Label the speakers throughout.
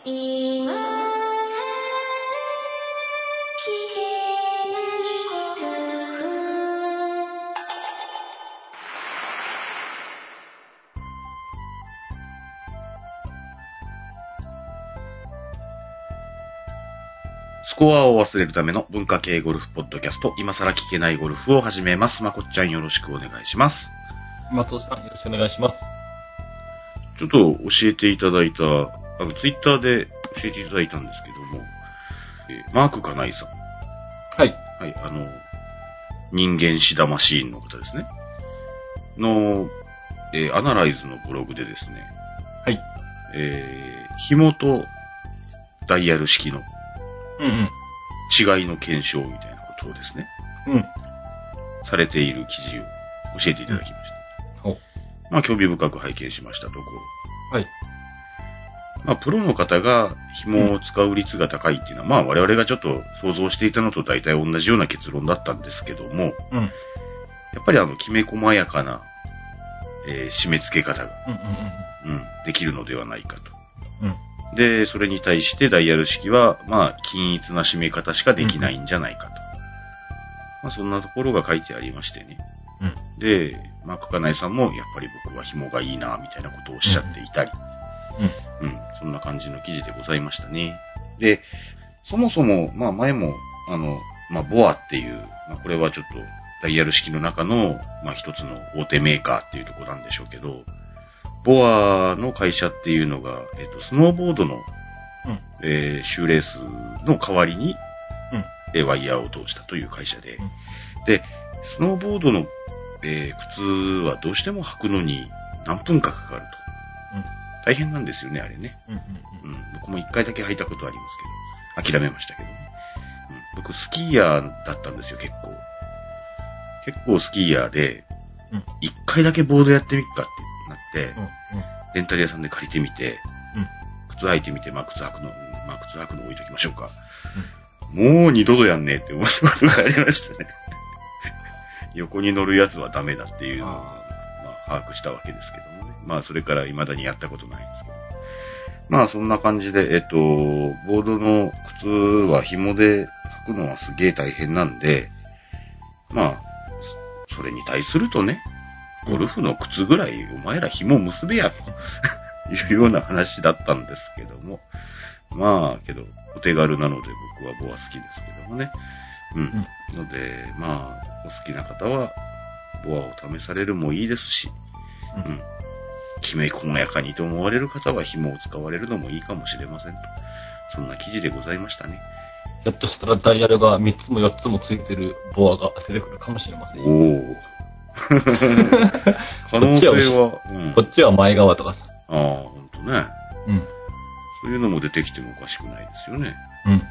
Speaker 1: スコアを忘れるための文化系ゴルフポッドキャスト、今更聞けないゴルフを始めます。まこっちゃんよろしくお願いします。
Speaker 2: 松尾さんよろしくお願いします。
Speaker 1: ちょっと教えていただいた、ツイッターで教えていただいたんですけども、マークかないさん。
Speaker 2: はい。
Speaker 1: はい、人間シダマシーンの方ですね。の、アナライズのブログでですね。
Speaker 2: はい。
Speaker 1: 紐とダイヤル式の
Speaker 2: うん
Speaker 1: 違いの検証みたいなことをですね。
Speaker 2: うん。
Speaker 1: されている記事を教えていただきました。まあ、興味深く拝見しましたところ。
Speaker 2: はい。
Speaker 1: まあ、プロの方が紐を使う率が高いっていうのは、まあ、我々がちょっと想像していたのと大体同じような結論だったんですけども、
Speaker 2: うん。
Speaker 1: やっぱりきめ細やかな、締め付け方が、できるのではないかと。で、それに対してダイヤル式は、まあ、均一な締め方しかできないんじゃないかと。まあ、そんなところが書いてありましてね。で、マークカナイさんも、やっぱり僕は紐がいいな、みたいなことをおっしゃっていたり。そんな感じの記事でございましたね。で、そもそも、まあ前も、まあボアっていう、まあこれはちょっとダイヤル式の中の、まあ一つの大手メーカーっていうところなんでしょうけど、ボアの会社っていうのが、スノーボードの、シューレースの代わりに、ワイヤーを通したという会社で、で、スノーボードの、靴はどうしても履くのに何分かかかると。大変なんですよね、あれね。僕も一回だけ履いたことありますけど、諦めましたけどね。僕、スキーヤーだったんですよ、結構。結構スキーヤーで、一回だけボードやってみっかってなって、レンタル屋さんで借りてみて、靴履いてみて、まあ靴履くの置いときましょうか。もう二度とやんねえって思ったことがありましたね。横に乗るやつはダメだっていうのを、まあ、把握したわけですけどもね。まあ、それから未だにやったことないんですけど。まあ、そんな感じで、ボードの靴は紐で履くのはすげえ大変なんで、まあ、それに対するとね、ゴルフの靴ぐらいお前ら紐結べや、というような話だったんですけども。まあ、けど、お手軽なので僕はボア好きですけどもね。ので、まあ、お好きな方は、ボアを試されるもいいですし、きめ細やかにと思われる方は紐を使われるのもいいかもしれませんと。そんな記事でございましたね。
Speaker 2: ひょっとしたらダイヤルが3つも4つもついてるボアが出てくるかもしれませんよ。
Speaker 1: 可能性は、
Speaker 2: こっちは前側とかさ。
Speaker 1: ああ、ほんとね。そういうのも出てきてもおかしくないですよね。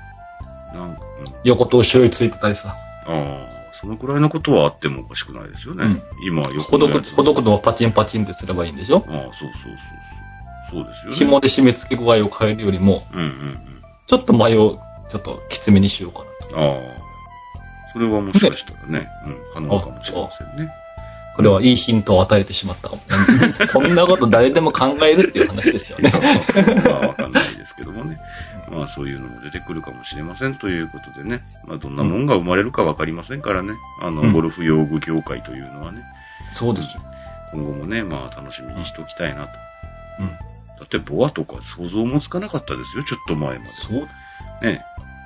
Speaker 2: 横と後ろについてたりさ。
Speaker 1: そのくらいのことはあってもおかしくないですよね。今、横のやつ。
Speaker 2: ほどくのをパチンパチンってすればいいんでしょ？
Speaker 1: そうですよね。
Speaker 2: 紐で締め付け具合を変えるよりも、ちょっと前をちょっときつめにしようかなと。
Speaker 1: それはもしかしたらね、可能かもしれませんね。
Speaker 2: これはいいヒントを与えてしまったかも。そんなこと誰でも考えるっていう話ですよね。
Speaker 1: まあわかんないですけどもね。まあそういうのも出てくるかもしれませんということでね。まあどんなもんが生まれるかわかりませんからね。ゴルフ用具業界というのはね。
Speaker 2: そうですよ。
Speaker 1: 今後もね、まあ楽しみにしておきたいなと。だってボアとか想像もつかなかったですよ、ちょっと前まで。
Speaker 2: そう
Speaker 1: ね。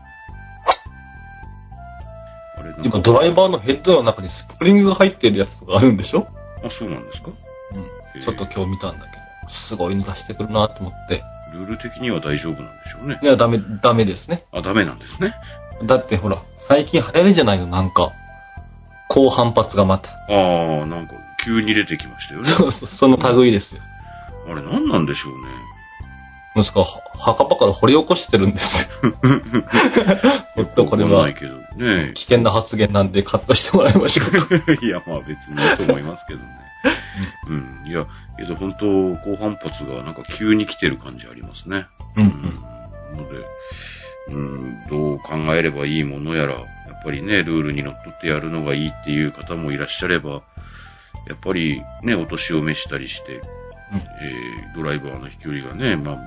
Speaker 2: 今ドライバーのヘッドの中にスプリングが入ってるやつとかあるんでしょ？
Speaker 1: そうなんですか？
Speaker 2: ちょっと今日見たんだけど、すごいの出してくるなと思って。
Speaker 1: ルール的には大丈夫なんでしょうね。
Speaker 2: いや、ダメですね。
Speaker 1: ダメなんですね。
Speaker 2: だってほら、最近流行りじゃないの、なんか。高反発がまた。
Speaker 1: なんか急に出てきましたよね。
Speaker 2: その類ですよ。
Speaker 1: あれ何なんでしょうね。
Speaker 2: 息子は墓場から掘り起こしてるんですよ。ほんとこれは危険な発言なんでカットしてもらいましょうか。
Speaker 1: いや、まあ別にいいと思いますけどね。いや、けど本当高反発がなんか急に来てる感じありますね。ので、どう考えればいいものやら、やっぱりね、ルールにのっとってやるのがいいっていう方もいらっしゃれば、やっぱりね、お年を召したりして、ドライバーの飛距離がね、まあ、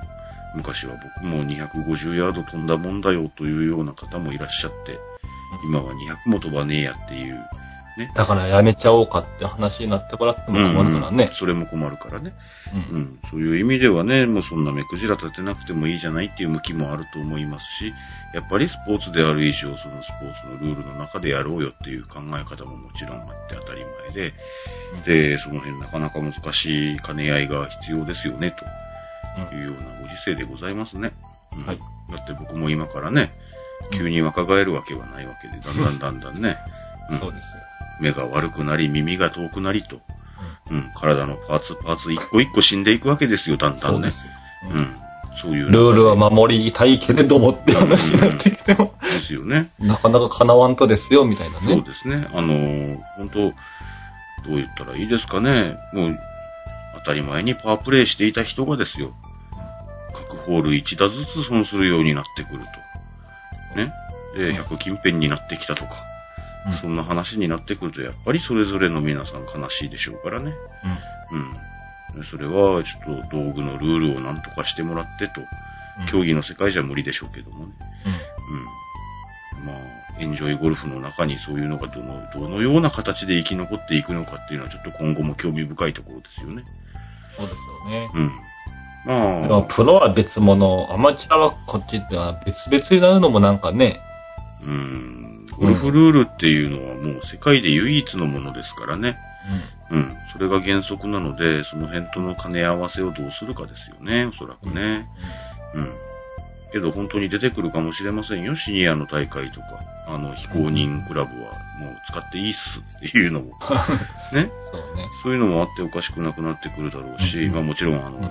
Speaker 1: 昔は僕も250ヤード飛んだもんだよというような方もいらっしゃって、今は200も飛ばねえやっていう、ね。
Speaker 2: だからやめちゃおうかって話になってもらっても困るからね。
Speaker 1: それも困るからね。そういう意味ではね、もうそんな目くじら立てなくてもいいじゃないっていう向きもあると思いますし、やっぱりスポーツである以上、そのスポーツのルールの中でやろうよっていう考え方ももちろんあって当たり前で、で、その辺なかなか難しい兼ね合いが必要ですよね、というようなご時世でございますね。
Speaker 2: はい。
Speaker 1: だって僕も今からね、急に若返るわけはないわけで、だんだんね、
Speaker 2: そうです。
Speaker 1: 目が悪くなり、耳が遠くなりと、体のパーツ一個一個死んでいくわけですよ、だんだんね。そういう。
Speaker 2: ルールは守りたいけれどもって話になってきても。
Speaker 1: ですよね。
Speaker 2: なかなか叶わんとですよ、みたいなね。
Speaker 1: そうですね。本当どう言ったらいいですかね。もう、当たり前にパワープレイしていた人がですよ。各ホール1打ずつ損するようになってくると。ね。で、100近辺になってきたとか。そんな話になってくると、やっぱりそれぞれの皆さん悲しいでしょうからね。それは、ちょっと道具のルールを何とかしてもらってと。競技の世界じゃ無理でしょうけどもね。まあ、エンジョイゴルフの中にそういうのがどのような形で生き残っていくのかっていうのはちょっと今後も興味深いところですよね。
Speaker 2: そうですよね。
Speaker 1: まあ。
Speaker 2: でもプロは別物、アマチュアはこっちってのは別々になるのもなんかね。
Speaker 1: ゴルフルールっていうのはもう世界で唯一のものですからね。それが原則なので、その辺との兼ね合わせをどうするかですよね、おそらくね。けど本当に出てくるかもしれませんよ、シニアの大会とか、非公認クラブはもう使っていいっすっていうのも。ね。そういうのもあっておかしくなくなってくるだろうし、まあもちろん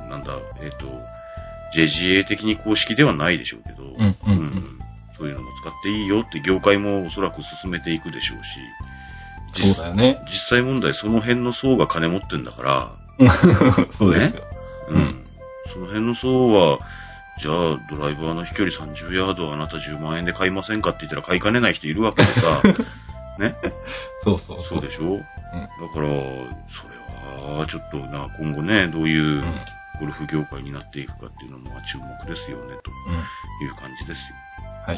Speaker 1: JGA 的に公式ではないでしょうけど、そういうのも使っていいよって業界もおそらく進めていくでしょう
Speaker 2: し。そうだよね。
Speaker 1: 実際問題その辺の層が金持ってんだから。
Speaker 2: そうですよ。
Speaker 1: その辺の層は、じゃあドライバーの飛距離30ヤードあなた10万円で買いませんかって言ったら買いかねない人いるわけでさ。ね。そうでしょ。だから、それはちょっと今後ね、どういうゴルフ業界になっていくかっていうのも注目ですよね、という感じですよ。
Speaker 2: はい。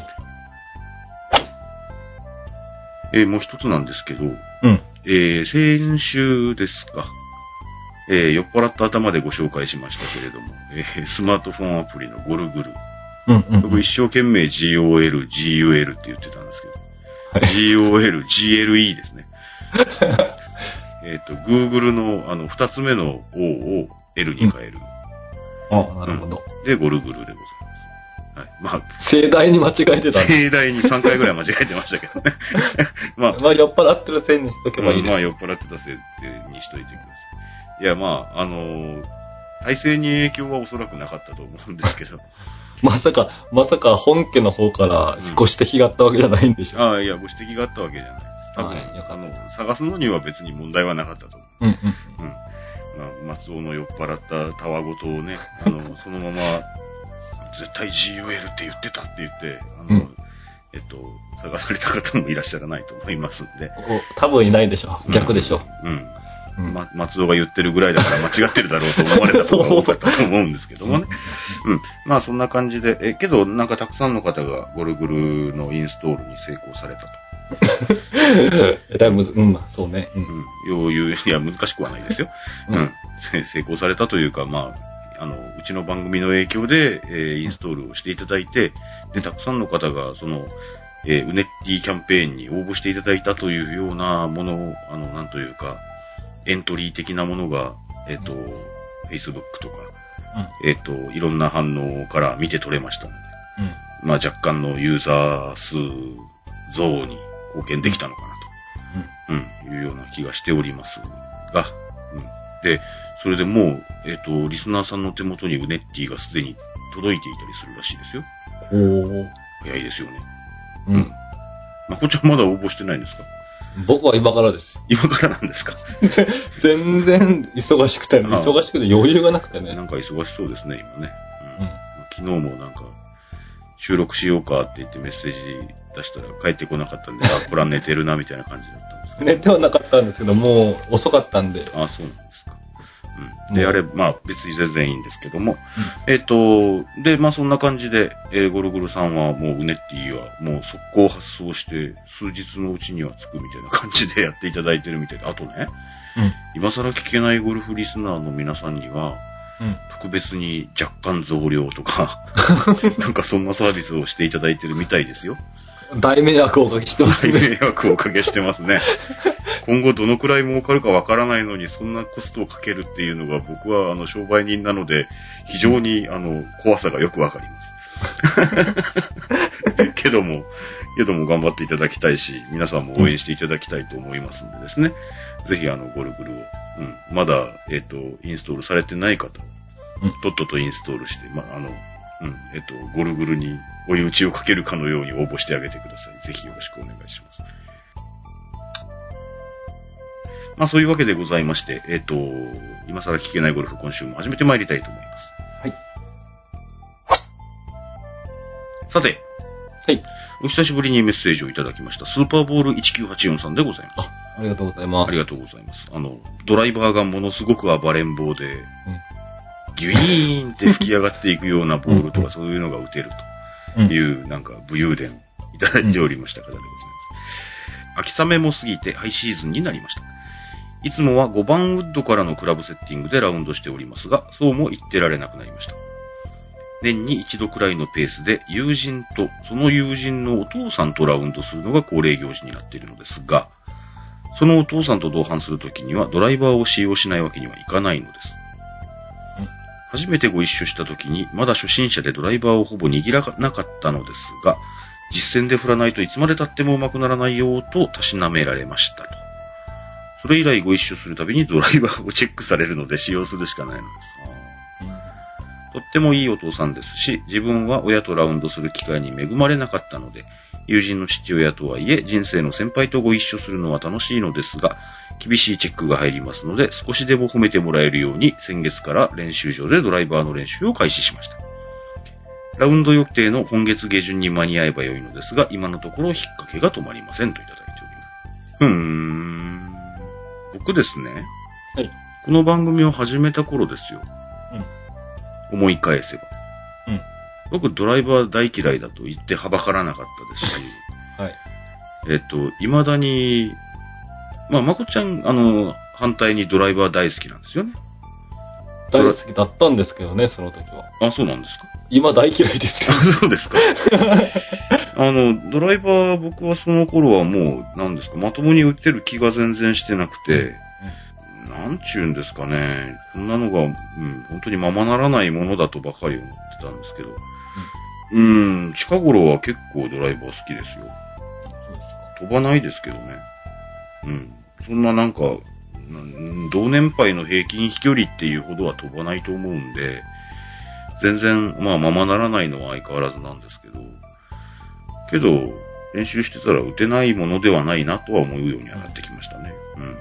Speaker 1: もう一つなんですけど、先週ですか、酔っ払った頭でご紹介しましたけれども、スマートフォンアプリのゴルグル。僕一生懸命 GOL、GUL って言ってたんですけど、GOL、GLE ですね。Google の二つ目の O を L に変える。
Speaker 2: なるほど。
Speaker 1: で、ゴルグルでございます。はい。まあ。
Speaker 2: 盛大に間違えてた。
Speaker 1: 盛大に3回ぐらい間違えてましたけどね。
Speaker 2: まあ、酔っ払ってるせいにしとけばいいです。
Speaker 1: まあ、酔っ払ってたせいにしといてください。いや、まあ、体制に影響はおそらくなかったと思うんですけど。
Speaker 2: まさか本家の方からご指摘があったわけじゃないんでしょ。
Speaker 1: いや、ご指摘があったわけじゃないです。多分、探すのには別に問題はなかったと思う。まあ、松尾の酔っ払ったたわごとをね、そのまま、絶対 GUL って言ってたって言って、探された方もいらっしゃらないと思いますんで。
Speaker 2: 多分いないでしょ。逆でしょ。
Speaker 1: 松尾が言ってるぐらいだから間違ってるだろうと思われた方が多かったと思うんですけどもね。まあそんな感じで、けどなんかたくさんの方がゴルグルのインストールに成功されたと。
Speaker 2: そうね。
Speaker 1: いや、難しくはないですよ。成功されたというか、まあ、うちの番組の影響で、インストールをしていただいて、で、たくさんの方が、ウネッティキャンペーンに応募していただいたというようなものを、なんというか、エントリー的なものが、Facebook とか、いろんな反応から見て取れましたので、まあ若干のユーザー数増に貢献できたのかなと、いうような気がしておりますが、で、それでもう、リスナーさんの手元にウネッティがすでに届いていたりするらしいですよ。早いですよね。まこちゃんまだ応募してないんですか？
Speaker 2: 僕は今からです。
Speaker 1: 今からなんですか？
Speaker 2: 全然忙しくて余裕がなくてね。
Speaker 1: なんか忙しそうですね、今ね。昨日もなんか、収録しようかって言ってメッセージ出したら帰ってこなかったんで、これは寝てるなみたいな感じだったんですけど。
Speaker 2: 寝てはなかったんですけど、もう遅かったんで。
Speaker 1: そうなんですか。 うん。で、あれ、まあ別に全然いいんですけども。で、まあそんな感じで、ゴルゴルさんはもうウネッティはもう速攻発送して、数日のうちには着くみたいな感じでやっていただいてるみたいで、あとね、今更聞けないゴルフリスナーの皆さんには、特別に若干増量とか、なんかそんなサービスをしていただいてるみたいですよ。
Speaker 2: 大迷惑をおかけしてますね。
Speaker 1: 大迷惑をおかけしてますね。今後どのくらい儲かるかわからないのに、そんなコストをかけるっていうのが、僕は商売人なので、非常に怖さがよくわかります。けども頑張っていただきたいし、皆さんも応援していただきたいと思いますんでですね。ぜひゴルグルを、まだ、インストールされてない方、とっととインストールして、ゴルグルに追い打ちをかけるかのように応募してあげてください。ぜひよろしくお願いします。まあそういうわけでございまして、今更聞けないゴルフ今週も始めてまいりたいと思います。
Speaker 2: はい。
Speaker 1: さて。
Speaker 2: はい。
Speaker 1: お久しぶりにメッセージをいただきました。スーパーボール1984さんでございます。
Speaker 2: ありがとうございます。
Speaker 1: ありがとうございます。ドライバーがものすごく暴れん坊で、ギュイーンって吹き上がっていくようなボールとかそういうのが打てるという、なんか武勇伝いただいておりました方でございます。秋雨も過ぎてハイシーズンになりました。いつもは5番ウッドからのクラブセッティングでラウンドしておりますが、そうも言ってられなくなりました。年に一度くらいのペースで友人とその友人のお父さんとラウンドするのが恒例行事になっているのですが、そのお父さんと同伴するときにはドライバーを使用しないわけにはいかないのです。初めてご一緒したときにまだ初心者でドライバーをほぼ握らなかったのですが、実践で振らないといつまで経っても上手くならないよとたしなめられましたと。それ以来ご一緒するたびにドライバーをチェックされるので使用するしかないのです。とってもいいお父さんですし、自分は親とラウンドする機会に恵まれなかったので、友人の父親とはいえ人生の先輩とご一緒するのは楽しいのですが、厳しいチェックが入りますので、少しでも褒めてもらえるように先月から練習場でドライバーの練習を開始しました。ラウンド予定の今月下旬に間に合えば良いのですが、今のところ引っ掛けが止まりませんといただいております。僕ですね、
Speaker 2: はい、
Speaker 1: この番組を始めた頃ですよ。思い返せば。僕ドライバー大嫌いだと言ってはばからなかったですし、
Speaker 2: はい。
Speaker 1: 未だに、まこちゃん、反対にドライバー大好きなんですよね。
Speaker 2: 大好きだったんですけどね、その時は。
Speaker 1: あ、そうなんですか。
Speaker 2: 今大嫌いですよ。
Speaker 1: あ、そうですか。ドライバー僕はその頃はもう、なんですか、まともに売ってる気が全然してなくて、なんちゅうんですかね、こんなのが、本当にままならないものだとばかり思ってたんですけど、近頃は結構ドライバー好きですよ。飛ばないですけどね。そんななんか、同年配の平均飛距離っていうほどは飛ばないと思うんで、全然、ままならないのは相変わらずなんですけど、練習してたら打てないものではないなとは思うようにはなってきましたね。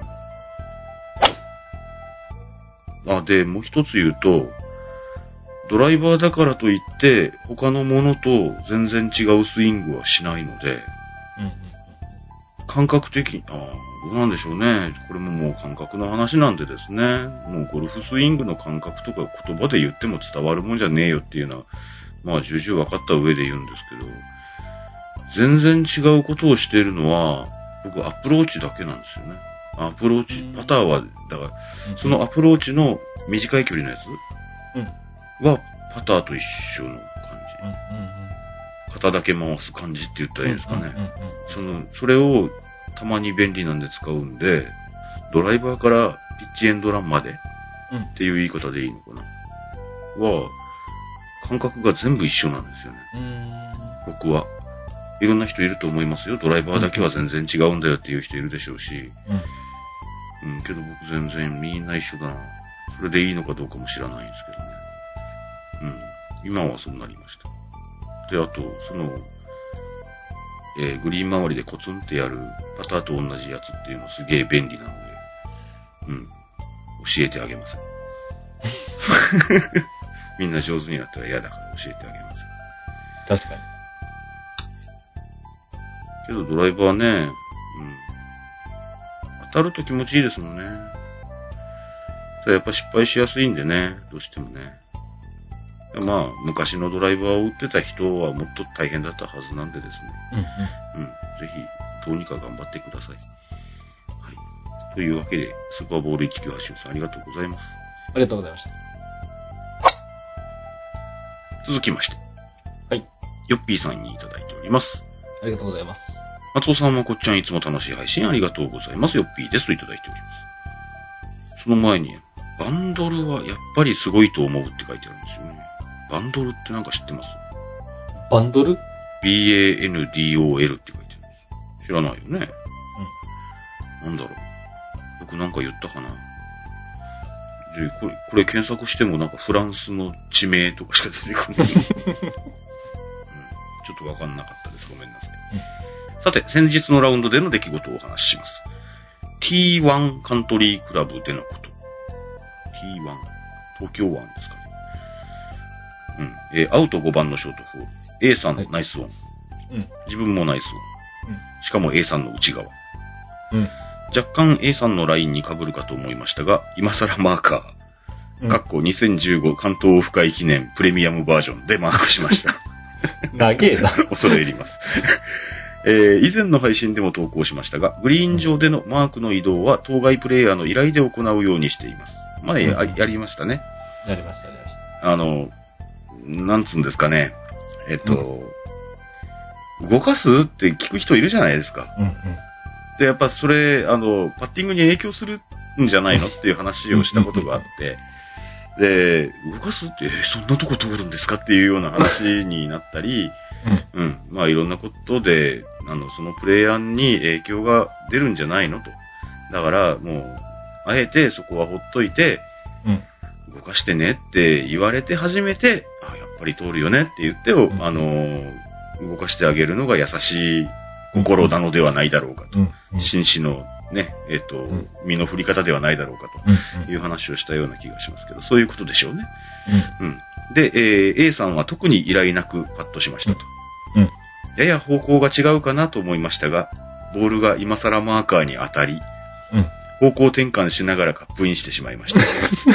Speaker 1: で、もう一つ言うと、ドライバーだからといって、他のものと全然違うスイングはしないので、感覚的に、どうなんでしょうね。これももう感覚の話なんでですね、もうゴルフスイングの感覚とか言葉で言っても伝わるもんじゃねえよっていうのは、重々分かった上で言うんですけど、全然違うことをしているのは、僕アプローチだけなんですよね。アプローチ、パターは、だから、そのアプローチの短い距離のやつは、パターと一緒の感じ。肩だけ回す感じって言ったらいいですかね。それをたまに便利なんで使うんで、ドライバーからピッチエンドランまでっていう言い方でいいのかな。は、感覚が全部一緒なんですよね。僕は。いろんな人いると思いますよ。ドライバーだけは全然違うんだよっていう人いるでしょうし。けど僕全然みんな一緒だな。それでいいのかどうかも知らないんですけどね。今はそうなりました。で、あと、グリーン周りでコツンってやるパターと同じやつっていうのすげえ便利なので、教えてあげません。みんな上手になったら嫌だから教えてあげません。
Speaker 2: 確かに。
Speaker 1: けどドライバーね、当たると気持ちいいですもんね。 それやっぱ失敗しやすいんでね、どうしてもね。まあ、昔のドライバーを売ってた人はもっと大変だったはずなんでですね。ぜひ、どうにか頑張ってください。はい。というわけで、スーパーボール1984さんありがとうございます。
Speaker 2: ありがとうございました。
Speaker 1: 続きまして。
Speaker 2: はい。
Speaker 1: ヨッピーさんにいただいております。
Speaker 2: ありがとうございます。
Speaker 1: 松尾さんはこっちゃんいつも楽しい配信ありがとうございます。ヨッピーですといただいております。その前に、バンドルはやっぱりすごいと思うって書いてあるんですよね。バンドルってなんか知ってます？
Speaker 2: バンドル？
Speaker 1: BANDOL って書いてあるんです。知らないよね。なんだろう。僕なんか言ったかな。で、これ検索してもなんかフランスの地名とかしか出てこない。ちょっとわかんなかったです。ごめんなさい。さて、先日のラウンドでの出来事をお話しします。T1 カントリークラブでのこと。T1、東京湾ですかね。アウト5番のショートフォー。A さんのナイスオン。自分もナイスオン。しかも A さんの内側。若干 A さんのラインに被るかと思いましたが、今更マーカー。2015関東オフ会記念プレミアムバージョンでマークしました。
Speaker 2: 長えな。
Speaker 1: 恐れ入ります。以前の配信でも投稿しましたが、グリーン上でのマークの移動は当該プレイヤーの依頼で行うようにしています。前やりましたね。
Speaker 2: やりました。
Speaker 1: なんつうんですかね。動かすって聞く人いるじゃないですか。で、やっぱそれ、パッティングに影響するんじゃないのっていう話をしたことがあって、で、動かすって、そんなとこ通るんですかっていうような話になったり、まあいろんなことで、そのプレイヤーに影響が出るんじゃないのと。だからもう、あえてそこはほっといて、動かしてねって言われて初めて、やっぱり通るよねって言って、動かしてあげるのが優しい心なのではないだろうかと。紳士のね、身の振り方ではないだろうかという話をしたような気がしますけど、そういうことでしょうね。で、A さんは特に依頼なくパッとしましたと。やや方向が違うかなと思いましたが、ボールが今更マーカーに当たり、方向転換しながらカップインしてしまいました。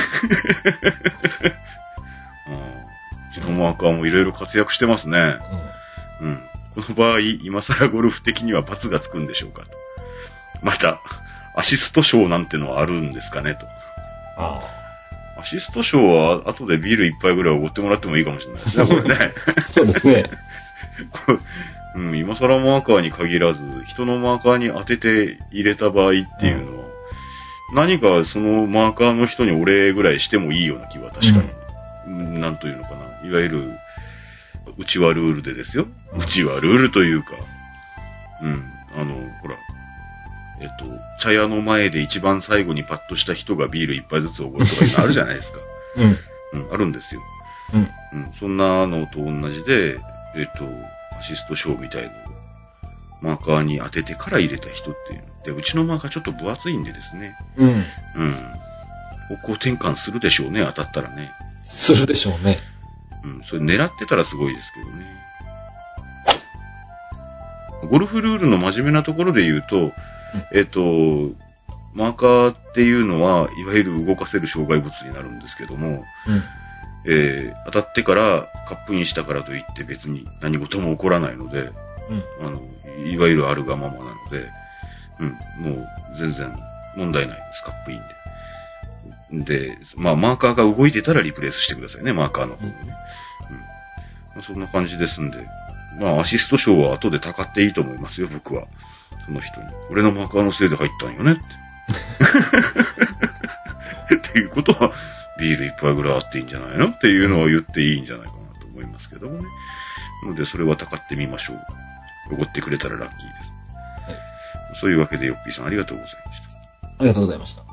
Speaker 1: うちのマーカーもいろいろ活躍してますね。この場合、今更ゴルフ的には罰がつくんでしょうかと。また、アシスト賞なんてのはあるんですかねと。アシスト賞は後でビール一杯ぐらいおごってもらってもいいかもしれないですね、これね。
Speaker 2: そうですね。
Speaker 1: 今更マーカーに限らず、人のマーカーに当てて入れた場合っていうのは、何かそのマーカーの人にお礼ぐらいしてもいいような気は確かに。なんというのかな。いわゆる、うちはルールでですよ。うちはルールというか、ほら、茶屋の前で一番最後にパッとした人がビール一杯ずつおごるとかいうのあるじゃないですか。あるんですよ。そんなのと同じで、アシスト賞みたいなマーカーに当ててから入れた人っていうの。で、うちのマーカーちょっと分厚いんでですね。方向転換するでしょうね、当たったらね。
Speaker 2: するでしょうね。
Speaker 1: それ狙ってたらすごいですけどね。ゴルフルールの真面目なところで言うと、マーカーっていうのは、いわゆる動かせる障害物になるんですけども、当たってからカップインしたからといって別に何事も起こらないので、いわゆるあるがままなので、もう全然問題ないです、カップインで。で、マーカーが動いてたらリプレイスしてくださいね、マーカーの方をね。そんな感じですんで、アシスト賞は後でたかっていいと思いますよ、僕は。その人に。俺のマーカーのせいで入ったんよねって。っていうことは、ビール一杯ぐらいあっていいんじゃないのっていうのを言っていいんじゃないかなと思いますけどもね。なので、それはたかってみましょう。おごってくれたらラッキーです。そういうわけで、ヨッピーさんありがとうございました。
Speaker 2: ありがとうございました。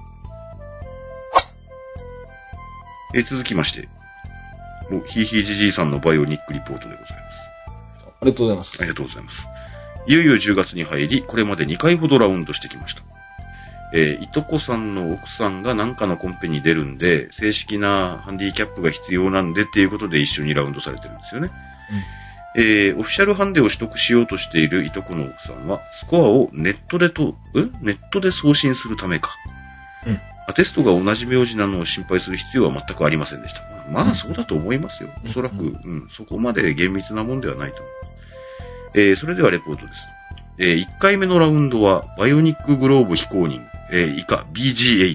Speaker 1: 続きまして、ひいひいじじいさんのバイオニックリポートでございます。
Speaker 2: ありがとうございます。
Speaker 1: ありがとうございます。いよいよ10月に入り、これまで2回ほどラウンドしてきました。いとこさんの奥さんがなんかのコンペに出るんで、正式なハンディキャップが必要なんでっていうことで一緒にラウンドされてるんですよね。オフィシャルハンデを取得しようとしているいとこの奥さんは、スコアをネットで送信するためか。 アテストが同じ名字なのを心配する必要は全くありませんでした。まあ、そうだと思いますよ。おそらく、そこまで厳密なもんではないと思います。それではレポートです。1回目のラウンドは、バイオニックグローブ非公認、以下 BGH。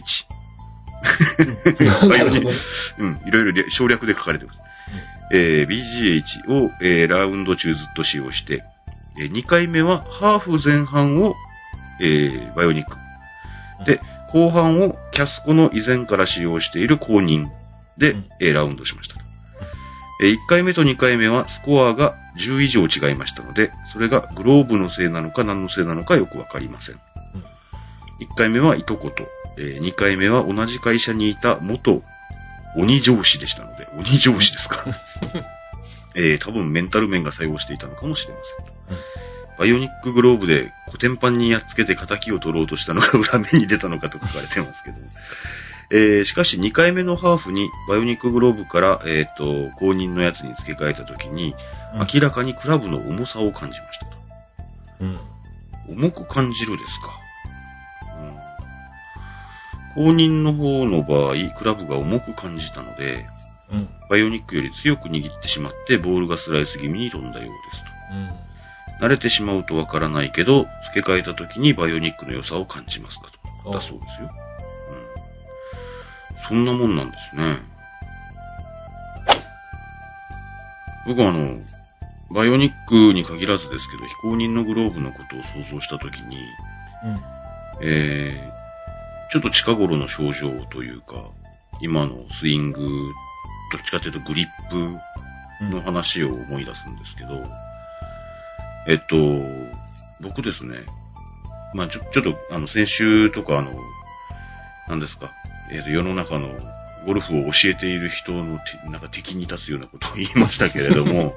Speaker 1: バイオニック、いろいろ省略で書かれています。BGH を、ラウンド中ずっと使用して、2回目はハーフ前半を、バイオニック。で、後半をキャスコの以前から使用している公認で、ラウンドしました。1回目と2回目はスコアが10以上違いましたので、それがグローブのせいなのか何のせいなのかよくわかりません。1回目はいとこと、2回目は同じ会社にいた元鬼上司でしたので、鬼上司ですか。多分メンタル面が作用していたのかもしれません。バイオニックグローブでコテンパンにやっつけて仇を取ろうとしたのが裏目に出たのかと書かれてますけど。しかし2回目のハーフにバイオニックグローブから、公認のやつに付け替えたときに、明らかにクラブの重さを感じましたと。重く感じるですか。公認の方の場合、クラブが重く感じたので、バイオニックより強く握ってしまってボールがスライス気味に飛んだようですと。慣れてしまうとわからないけど、付け替えた時にバイオニックの良さを感じますかと。だそうですよ。そんなもんなんですね。僕はバイオニックに限らずですけど、非公認のグローブのことを想像した時に、ちょっと近頃の症状というか、今のスイング、どっちかというとグリップの話を思い出すんですけど、僕ですね、まあちょっと先週とか何ですか、世の中のゴルフを教えている人のなんか敵に立つようなことを言いましたけれども、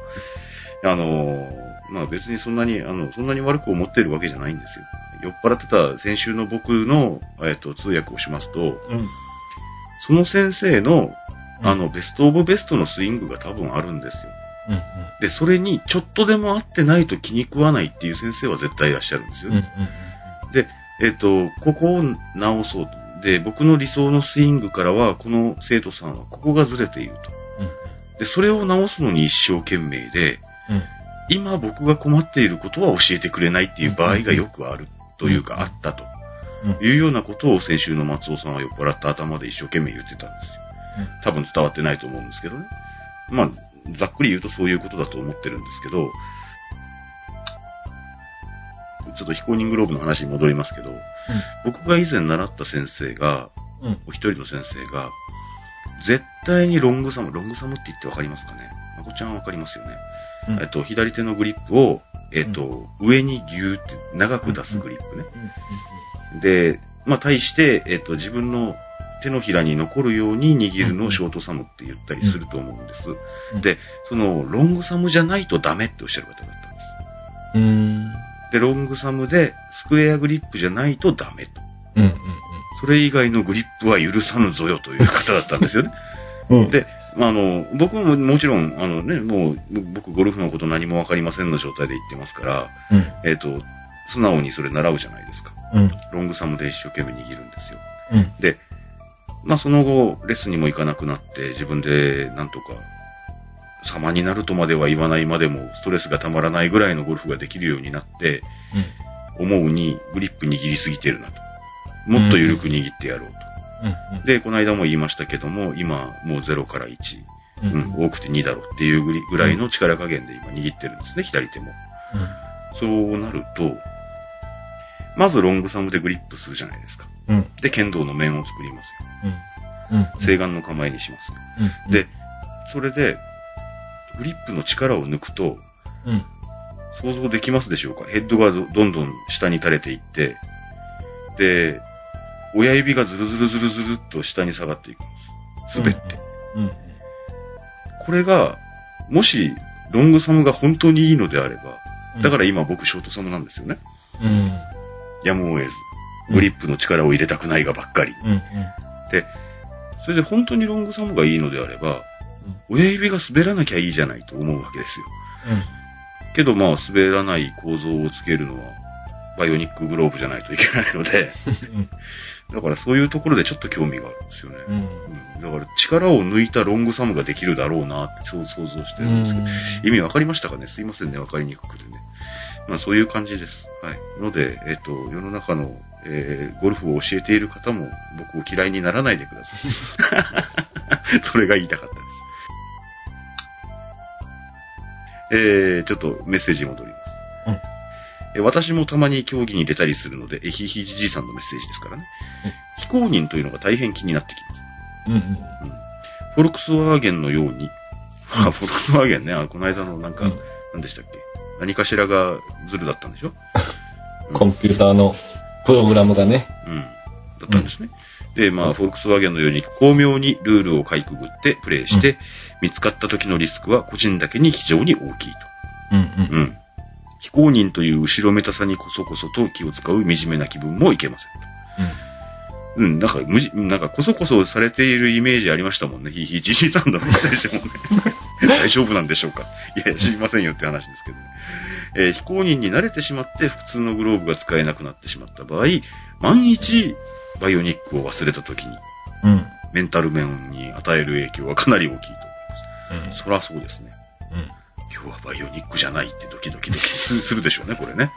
Speaker 1: まあ別にそんなに悪く思ってるわけじゃないんですよ。酔っ払ってた先週の僕の、通訳をしますと、その先生の、ベストオブベストのスイングが多分あるんですよ。で、それにちょっとでも合ってないと気に食わないっていう先生は絶対いらっしゃるんですよね。で、ここを直そうと。で、僕の理想のスイングからは、この生徒さんはここがずれていると。で、それを直すのに一生懸命で、今僕が困っていることは教えてくれないっていう場合がよくあるというか、あったというようなことを先週の松尾さんは酔っ払った頭で一生懸命言ってたんですよ。多分伝わってないと思うんですけどね。まあ、ざっくり言うとそういうことだと思ってるんですけど、ちょっと非公認グローブの話に戻りますけど、僕が以前習った先生が、お一人の先生が、絶対にロングサムって言ってわかりますかね？まこちゃんはわかりますよね。左手のグリップを、上にギューって長く出すグリップね。で、まあ、対して、自分の手のひらに残るように握るのをショートサムって言ったりすると思うんです。で、その、ロングサムじゃないとダメっておっしゃる方だったんです。で、ロングサムでスクエアグリップじゃないとダメと。それ以外のグリップは許さぬぞよという方だったんですよね。で、僕ももちろん、もう、僕ゴルフのこと何もわかりませんの状態で言ってますから、素直にそれ習うじゃないですか。ロングサムで一生懸命握るんですよ。で、まあその後、レッスンにも行かなくなって、自分でなんとか、様になるとまでは言わないまでも、ストレスがたまらないぐらいのゴルフができるようになって、思うにグリップ握りすぎてるなと。もっと緩く握ってやろうと。で、この間も言いましたけども、今もう0から1、多くて2だろうっていうぐらいの力加減で今握ってるんですね、左手も。そうなると、まずロングサムでグリップするじゃないですか。で、剣道の面を作りますよ。正眼の構えにします。で、それで、グリップの力を抜くと、想像できますでしょうか？ヘッドがどんどん下に垂れていって、で、親指がズルズルっと下に下がっていくんです。滑って。これが、もし、ロングサムが本当にいいのであれば、だから今僕ショートサムなんですよね。やむを得ず。グリップの力を入れたくないがばっかり。で、それで本当にロングサムがいいのであれば、親指が滑らなきゃいいじゃないと思うわけですよ。けどまあ滑らない構造をつけるのはバイオニックグローブじゃないといけないので、だからそういうところでちょっと興味があるんですよね。だから力を抜いたロングサムができるだろうなって想像してるんですけど、意味わかりましたかね？すいませんね、わかりにくくてね。まあそういう感じです。はい。ので、世の中の、ゴルフを教えている方も僕を嫌いにならないでください。それが言いたかったです。ちょっとメッセージ戻ります。私もたまに競技に出たりするので、ひじじいさんのメッセージですからね。非公認というのが大変気になってきます。フォルクスワーゲンのように、フォルクスワーゲンね、この間のなんか、何でしたっけ？何かしらがズルだったんでしょ？
Speaker 2: コンピューターのプログラムがね。
Speaker 1: だったんですね。で、まあ、フォルクスワーゲンのように巧妙にルールをかいくぐってプレイして、見つかった時のリスクは個人だけに非常に大きいと。非公認という後ろめたさにこそこそと気を使う惨めな気分もいけませんと。なんかこそこそされているイメージありましたもんね。じじいさんのメッセージもね。大丈夫なんでしょうか。いや、知りませんよって話ですけどね。非公認に慣れてしまって普通のグローブが使えなくなってしまった場合、万一バイオニックを忘れた時に、メンタル面に与える影響はかなり大きいと思います。そらそうですね。今日はバイオニックじゃないってドキドキするでしょうね、これね。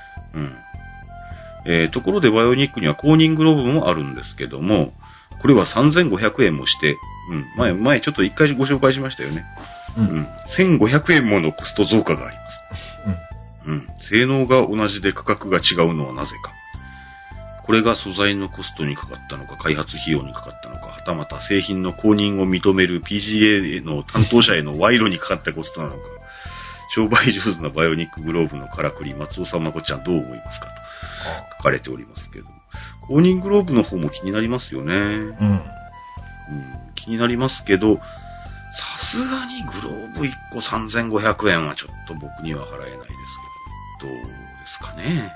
Speaker 1: ところでバイオニックには公認グローブもあるんですけども、これは3500円もして、前ちょっと一回ご紹介しましたよね。1500円ものコスト増加があります。性能が同じで価格が違うのはなぜか。これが素材のコストにかかったのか、開発費用にかかったのか、はたまた製品の公認を認める PGA の担当者への賄賂にかかったコストなのか、商売上手なバイオニックグローブのからくり、松尾さんまこちゃんどう思いますかと書かれておりますけど、公認グローブの方も気になりますよね。気になりますけど、さすがにグローブ1個3500円はちょっと僕には払えないですけど、どうですかね。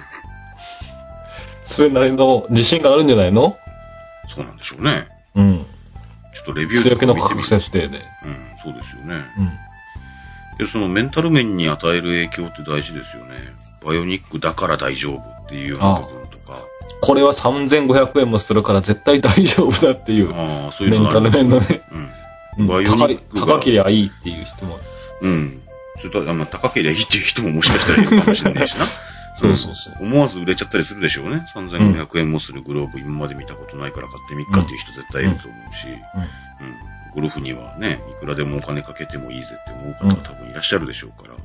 Speaker 2: それなりの自信があるんじゃないの？
Speaker 1: そうなんでしょうね。
Speaker 2: ちょ
Speaker 1: っとレビューとか見てみる。
Speaker 2: 強気の価格設定で。
Speaker 1: そうですよね。で、そのメンタル面に与える影響って大事ですよね。バイオニックだから大丈夫っていうような部分とか。
Speaker 2: これは3500円もするから絶対大丈夫だっていう。
Speaker 1: そういうの
Speaker 2: メンタル面のね。
Speaker 1: バイオニック
Speaker 2: 高けりゃいいっていう人も。
Speaker 1: それと、高けりゃいいっていう人ももしかしたらいるかもしれないしな。
Speaker 2: そう。
Speaker 1: 思わず売れちゃったりするでしょうね。3500円もするグローブ今まで見たことないから買ってみっかっていう人絶対いると思うし、ゴルフにはね、いくらでもお金かけてもいいぜって思う方は多分いらっしゃるでしょうから。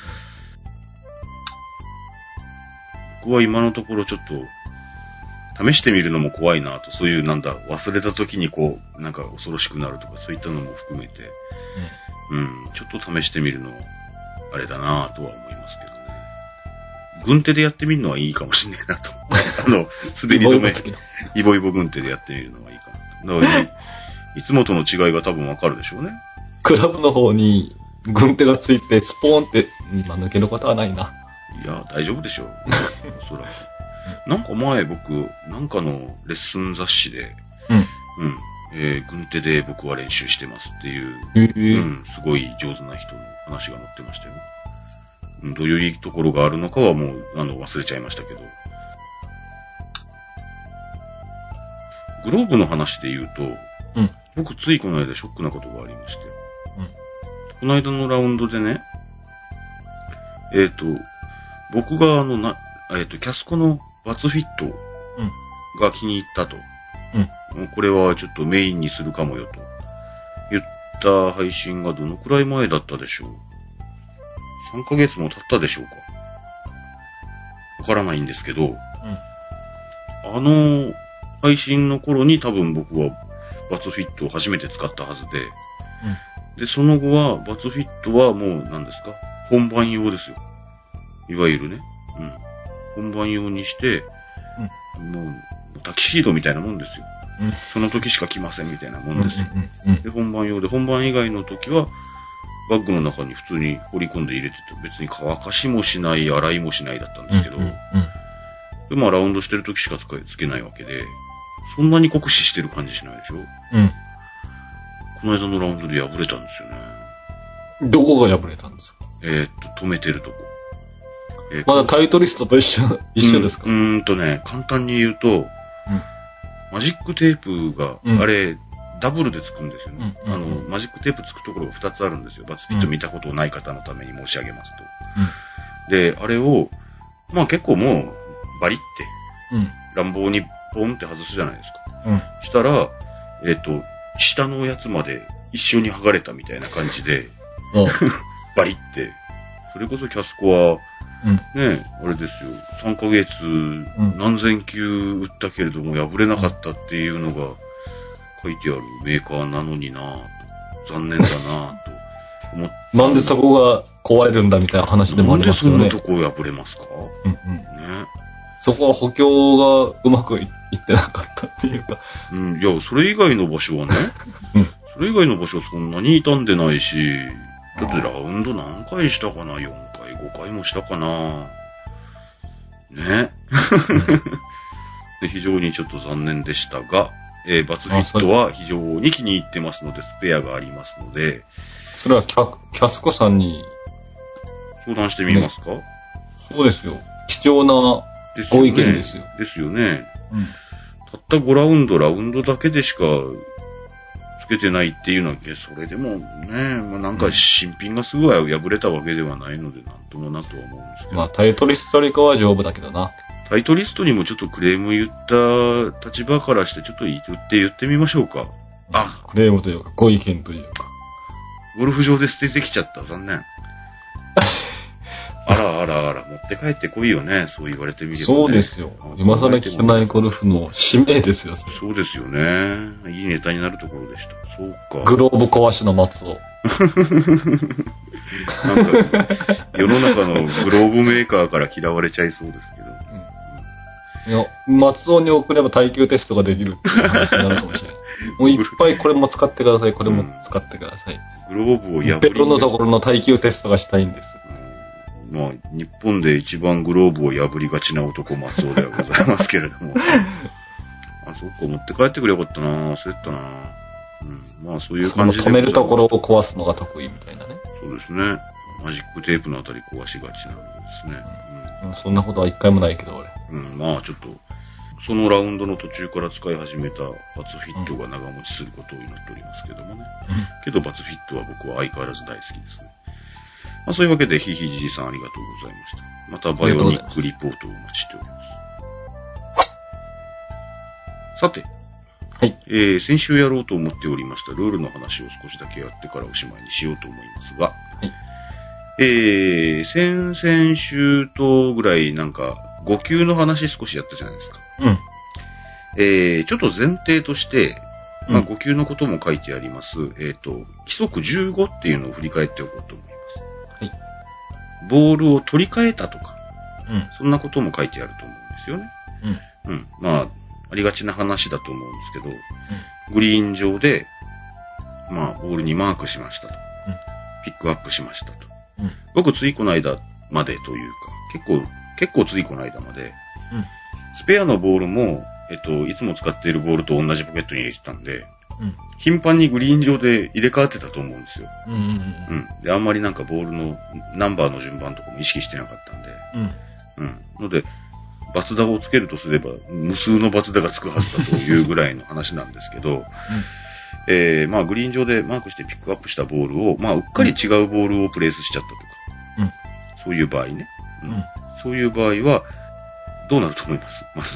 Speaker 1: 僕は今のところちょっと、試してみるのも怖いなと、そういう忘れた時になんか恐ろしくなるとかそういったのも含めて、ちょっと試してみるのあれだなとは思いますけどね。軍手でやってみるのはいいかもしれないなと。滑り止め、イボイボ軍手でやってみるのはいいかなと。だからいつもとの違いが多分わかるでしょうね。
Speaker 2: クラブの方に軍手がついてスポーンって、抜けることはないな。
Speaker 1: いや、大丈夫でしょう。おそらく。なんか前僕、なんかのレッスン雑誌で、軍手で僕は練習してますっていう、すごい上手な人の話が載ってましたよ。どういうところがあるのかはもう、忘れちゃいましたけど。グローブの話で言うと、僕ついこの間ショックなことがありまして、この間のラウンドでね、僕がキャスコのバツフィットが気に入ったと。これはちょっとメインにするかもよと言った配信がどのくらい前だったでしょう。3ヶ月も経ったでしょうか。わからないんですけど、配信の頃に多分僕はバツフィットを初めて使ったはずで、で、その後はバツフィットはもう何ですか、本番用ですよ。いわゆるね。本番用にして、もうタキシードみたいなもんですよ。その時しか着ませんみたいなもんですよ。で、本番用で、本番以外の時は、バッグの中に普通に放り込んで入れてて、別に乾かしもしない、洗いもしないだったんですけど、で、まあラウンドしてる時しかつけないわけで、そんなに酷使してる感じしないでしょ。この間のラウンドで破れたんですよね。
Speaker 2: どこが破れたんですか？
Speaker 1: 止めてるとこ。
Speaker 2: まだタイトリストと一緒ですか？
Speaker 1: 簡単に言うと、マジックテープが、あれ、ダブルでつくんですよね。マジックテープつくところが2つあるんですよ。バツフィット見たことない方のために申し上げますと。で、あれを、まあ結構もう、バリって、乱暴にポンって外すじゃないですか。したら、下のやつまで一緒に剥がれたみたいな感じで、バリって、それこそキャスコは、ね、あれですよ、3ヶ月何千球売ったけれども破れなかったっていうのが書いてあるメーカーなのになぁと、残念だなぁと思って。
Speaker 2: なんでそこが壊れるんだみたいな話でもありますよね。
Speaker 1: なんでそんなとこ破れますか？ね。
Speaker 2: そこは補強がうまくいってなかったっていうか。
Speaker 1: いや、それ以外の場所はね、それ以外の場所はそんなに傷んでないし、だってラウンド何回したかな？ 4 回、5回もしたかな？ね。非常にちょっと残念でしたが、バツフィットは非常に気に入ってますので、スペアがありますので。
Speaker 2: それはキャスコさんに
Speaker 1: 相談してみますか？
Speaker 2: そうですよ。貴重なご意見ですよ。
Speaker 1: ですよね。たった5ラウンドだけでしかつけてないっていうのは、それでもね、まあ、なんか新品がすぐは破れたわけではないので、なんともなとは思うんですけど。
Speaker 2: まあ、タイトリストよりかは丈夫だけどな。
Speaker 1: タイトリストにもちょっとクレーム言った立場からして、ちょっと言ってみましょうか。
Speaker 2: クレームというか、ご意見というか。
Speaker 1: ゴルフ場で捨ててきちゃった。残念。あら、持って帰ってこいよね。そう言われてみればね。
Speaker 2: そうですよ。今更聞かないゴルフの使命ですよ。
Speaker 1: そうですよね。いいネタになるところでした。そうか。
Speaker 2: グローブ壊しの松尾。
Speaker 1: なんか、世の中のグローブメーカーから嫌われちゃいそうですけど。
Speaker 2: いや、松尾に送れば耐久テストができるっていう話になるかもしれない。もういっぱいこれも使ってください、これも使ってください。
Speaker 1: グローブを破
Speaker 2: り。ベロのところの耐久テストがしたいんです。
Speaker 1: まあ、日本で一番グローブを破りがちな男、松尾ではございますけれども。そっか、持って帰ってくれよかったな、忘れてたな。まあ、そういう感じで。
Speaker 2: 止めるところを壊すのが得意みたいなね。
Speaker 1: そうですね。マジックテープのあたり壊しがちなのでですね。
Speaker 2: そんなことは一回もないけど、俺。
Speaker 1: まあ、ちょっと、そのラウンドの途中から使い始めたバツフィットが長持ちすることを祈っておりますけどもね。けど、バツフィットは僕は相変わらず大好きですね。まあ、そういうわけで、ひひじじさんありがとうございました。またバイオニックリポートをお待ちしております。さて、
Speaker 2: はい。
Speaker 1: 先週やろうと思っておりましたルールの話を少しだけやってからおしまいにしようと思いますが、はい。先々週とぐらいなんか5級の話少しやったじゃないですか。ちょっと前提として、まあ5級のことも書いてあります。規則15っていうのを振り返っておこうと思います。
Speaker 2: はい。
Speaker 1: ボールを取り替えたとか、そんなことも書いてあると思うんですよね。まあ、ありがちな話だと思うんですけど、グリーン上で、まあ、ボールにマークしましたと。ピックアップしましたと。僕、ついこの間までというか、結構ついこの間まで、スペアのボールも、いつも使っているボールと同じポケットに入れてたんで、頻繁にグリーン上で入れ替わってたと思うんですよ。で、あんまりなんかボールのナンバーの順番とかも意識してなかったんで、ので、バツダをつけるとすれば、無数のバツダがつくはずだというぐらいの話なんですけど、まあ、グリーン上でマークしてピックアップしたボールを、まあ、うっかり違うボールをプレイスしちゃったとか、そういう場合ね、そういう場合は、どうなると思います？まず。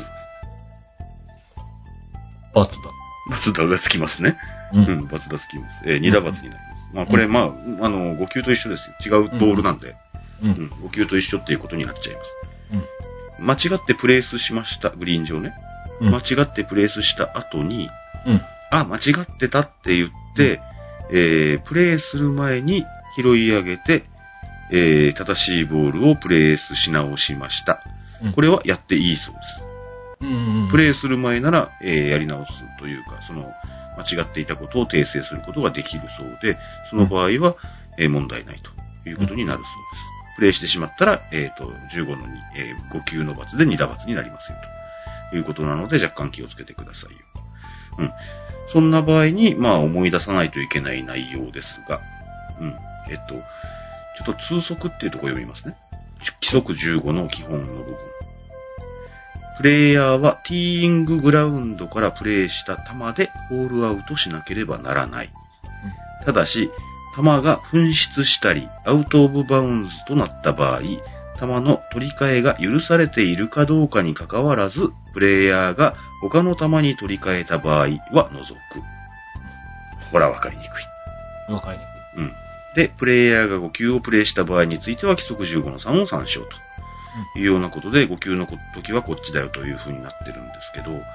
Speaker 2: バツダ。
Speaker 1: バツダがつきますね。バツダつきます。2打バツになります。まあ、これ、まあ、5球と一緒ですよ。違うボールなんで、5球と一緒っていうことになっちゃいます。間違ってプレースしました。グリーン上ね。間違ってプレースした後に、間違ってたって言って、プレーする前に拾い上げて、正しいボールをプレースし直しました。これはやっていいそうです。プレイする前なら、やり直すというか、その、間違っていたことを訂正することができるそうで、その場合は、問題ないということになるそうです。プレイしてしまったら、15の2、5球の罰で2打罰になりますよということなので、若干気をつけてくださいよ。そんな場合に、まあ思い出さないといけない内容ですが、ちょっと通則っていうところを読みますね。 規則15の基本の部分。プレイヤーはティーインググラウンドからプレイした球でホールアウトしなければならない。ただし、球が紛失したり、アウトオブバウンズとなった場合、球の取り替えが許されているかどうかにかかわらず、プレイヤーが他の球に取り替えた場合は除く。ほら、わかりにくい。
Speaker 2: わかりにくい。
Speaker 1: で、プレイヤーが5球をプレイした場合については規則15の3を参照というようなことで、5球の時はこっちだよという風になってるんですけど、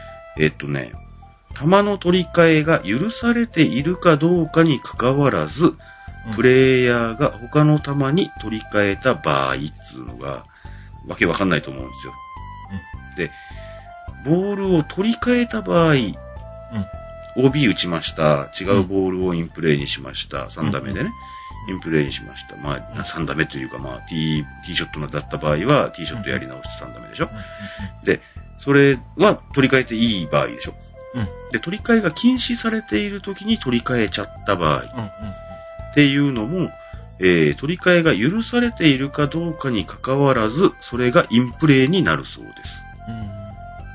Speaker 1: 球の取り替えが許されているかどうかにかかわらず、プレイヤーが他の球に取り替えた場合っていうのが、わけわかんないと思うんですよ。で、ボールを取り替えた場合、OB 打ちました。違うボールをインプレイにしました。3打目でね。インプレイにしました。まあ、3打目というか、まあ、ティーショットだった場合は、ティーショットやり直して3打目でしょ。で、それは取り替えていい場合でしょ。で、取り替えが禁止されている時に取り替えちゃった場合。っていうのも、取り替えが許されているかどうかにかかわらず、それがインプレイになるそうです。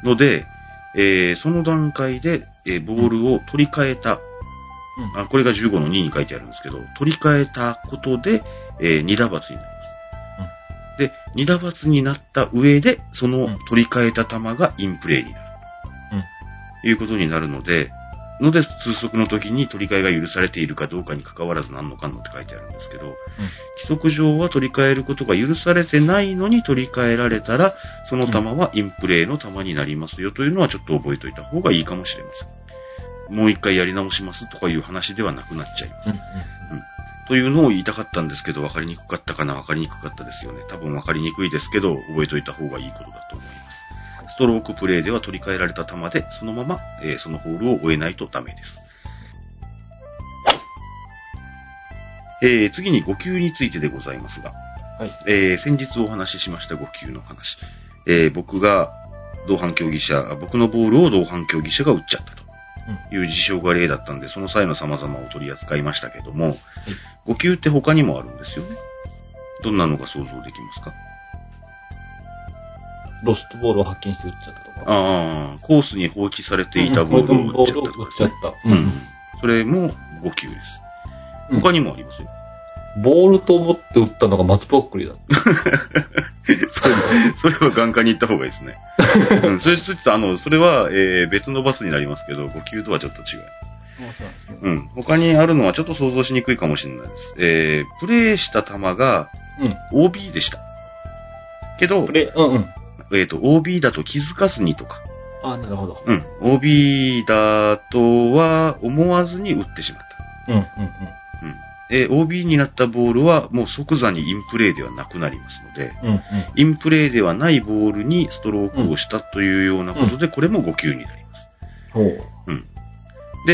Speaker 1: ので、その段階で、ボールを取り替えた、これが15の2に書いてあるんですけど、取り替えたことで、2打罰になります。で、2打罰になった上で、その取り替えた球がインプレイになる。ということになるので、通則の時に取り替えが許されているかどうかに関わらず何のかんのって書いてあるんですけど、規則上は取り替えることが許されてないのに取り替えられたら、その球はインプレイの球になりますよというのはちょっと覚えておいた方がいいかもしれません。もう一回やり直しますとかいう話ではなくなっちゃいます。というのを言いたかったんですけど、分かりにくかったかな、分かりにくかったですよね。多分分かりにくいですけど、覚えておいた方がいいことだと思います。ストロークプレイでは取り替えられた球で、そのまま、そのホールを終えないとダメです。次に5球についてでございますが、先日お話ししました5球の話。僕のボールを同伴競技者が打っちゃったという事象が例だったんで、その際の様々を取り扱いましたけども、5球って他にもあるんですよね。どんなのが想像できますか？
Speaker 2: ロストボールを発見して打っちゃったとか。
Speaker 1: コースに放置されていたボールを打っちゃったとかですね。それも5球です。他にもありますよ。
Speaker 2: ボールと思って打ったのが松ぼっくりだった。
Speaker 1: それは眼科に行った方がいいですね。それは、別のバスになりますけど、5球とはちょっと違います。そうなんですね。他にあるのはちょっと想像しにくいかもしれないです。プレイした球が OB でした。けど、OB だと気づかずにとか。
Speaker 2: なるほど。
Speaker 1: OB だとは思わずに打ってしまった。OB になったボールはもう即座にインプレイではなくなりますので、インプレイではないボールにストロークをしたというようなことで、これも5球になります。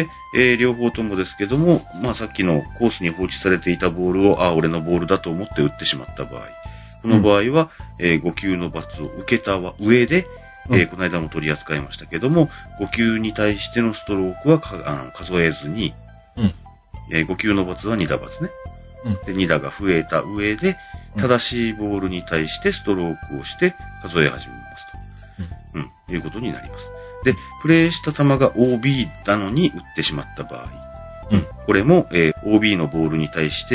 Speaker 1: で、両方ともですけども、さっきのコースに放置されていたボールを、俺のボールだと思って打ってしまった場合、この場合は、5球の罰を受けた上で、この間も取り扱いましたけども、5球に対してのストロークは数えずに、5球の罰は2打罰ね。で、2打が増えた上で、正しいボールに対してストロークをして数え始めますと。いうことになります。で、プレイした球が OB なのに打ってしまった場合、これも、OB のボールに対して、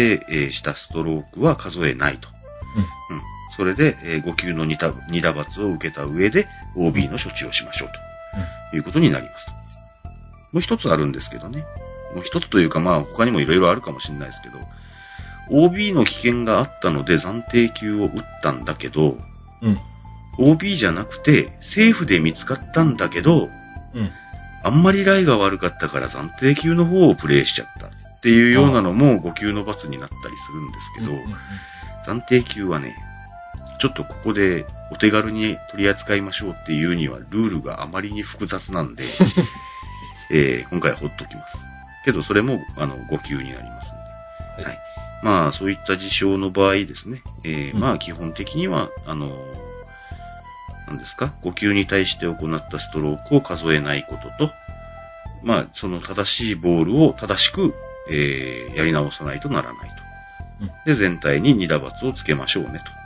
Speaker 1: したストロークは数えないと。それで、5球の2打罰を受けた上で OB の処置をしましょうということになりますと。もう一つあるんですけどね。もう一つというか他にもいろいろあるかもしれないですけど、OB の危険があったので暫定球を打ったんだけど、OB じゃなくてセーフで見つかったんだけど、あんまりライが悪かったから暫定球の方をプレイしちゃったっていうようなのも5球の罰になったりするんですけど、暫定球はね、ちょっとここでお手軽に取り扱いましょうっていうにはルールがあまりに複雑なんで、今回はほっときます。けどそれも5球になりますので。そういった事象の場合ですね。基本的には何ですか、5球に対して行ったストロークを数えないことと、その正しいボールを正しく、やり直さないとならないと。で、全体に2打罰をつけましょうね、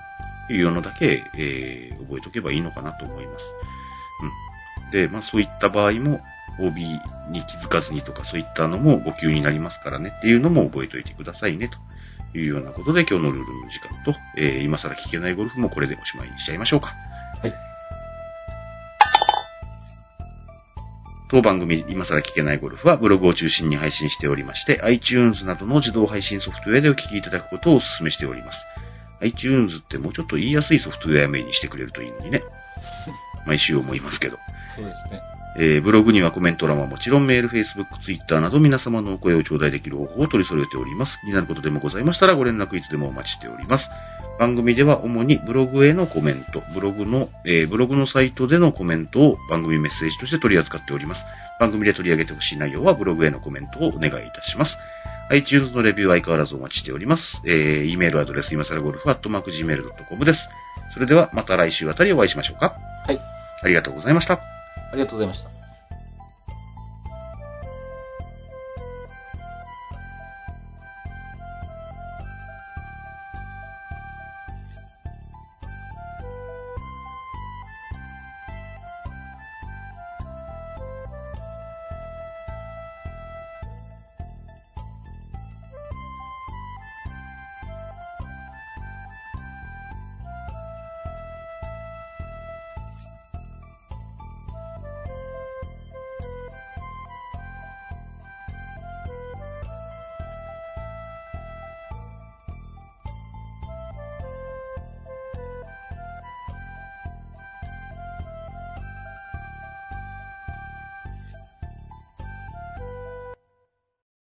Speaker 1: いうのだけ、覚えとけばいいのかなと思います。うん。で、まあそういった場合も、OB に気づかずにとかそういったのも5級になりますからねっていうのも覚えておいてくださいねというようなことで今日のルールの時間と、今更聞けないゴルフもこれでおしまいにしちゃいましょうか。はい。当番組今更聞けないゴルフはブログを中心に配信しておりまして iTunes などの自動配信ソフトウェアでお聞きいただくことをお勧めしております。iTunes ってもうちょっと言いやすいソフトウェア名にしてくれるといいのにね。毎週思いますけど。
Speaker 2: そうですね。
Speaker 1: ブログにはコメント欄はもちろんメール、Facebook、Twitter など皆様のお声を頂戴できる方法を取り揃えております。気になることでもございましたらご連絡いつでもお待ちしております。番組では主にブログへのコメント、ブログのサイトでのコメントを番組メッセージとして取り扱っております。番組で取り上げてほしい内容はブログへのコメントをお願いいたします。iTunes のレビューは相変わらずお待ちしております。E メールアドレス今更ゴルフ@gmail.com です。それではまた来週あたりお会いしましょうか。
Speaker 2: はい。
Speaker 1: ありがとうございました。あ
Speaker 2: りがとうございました。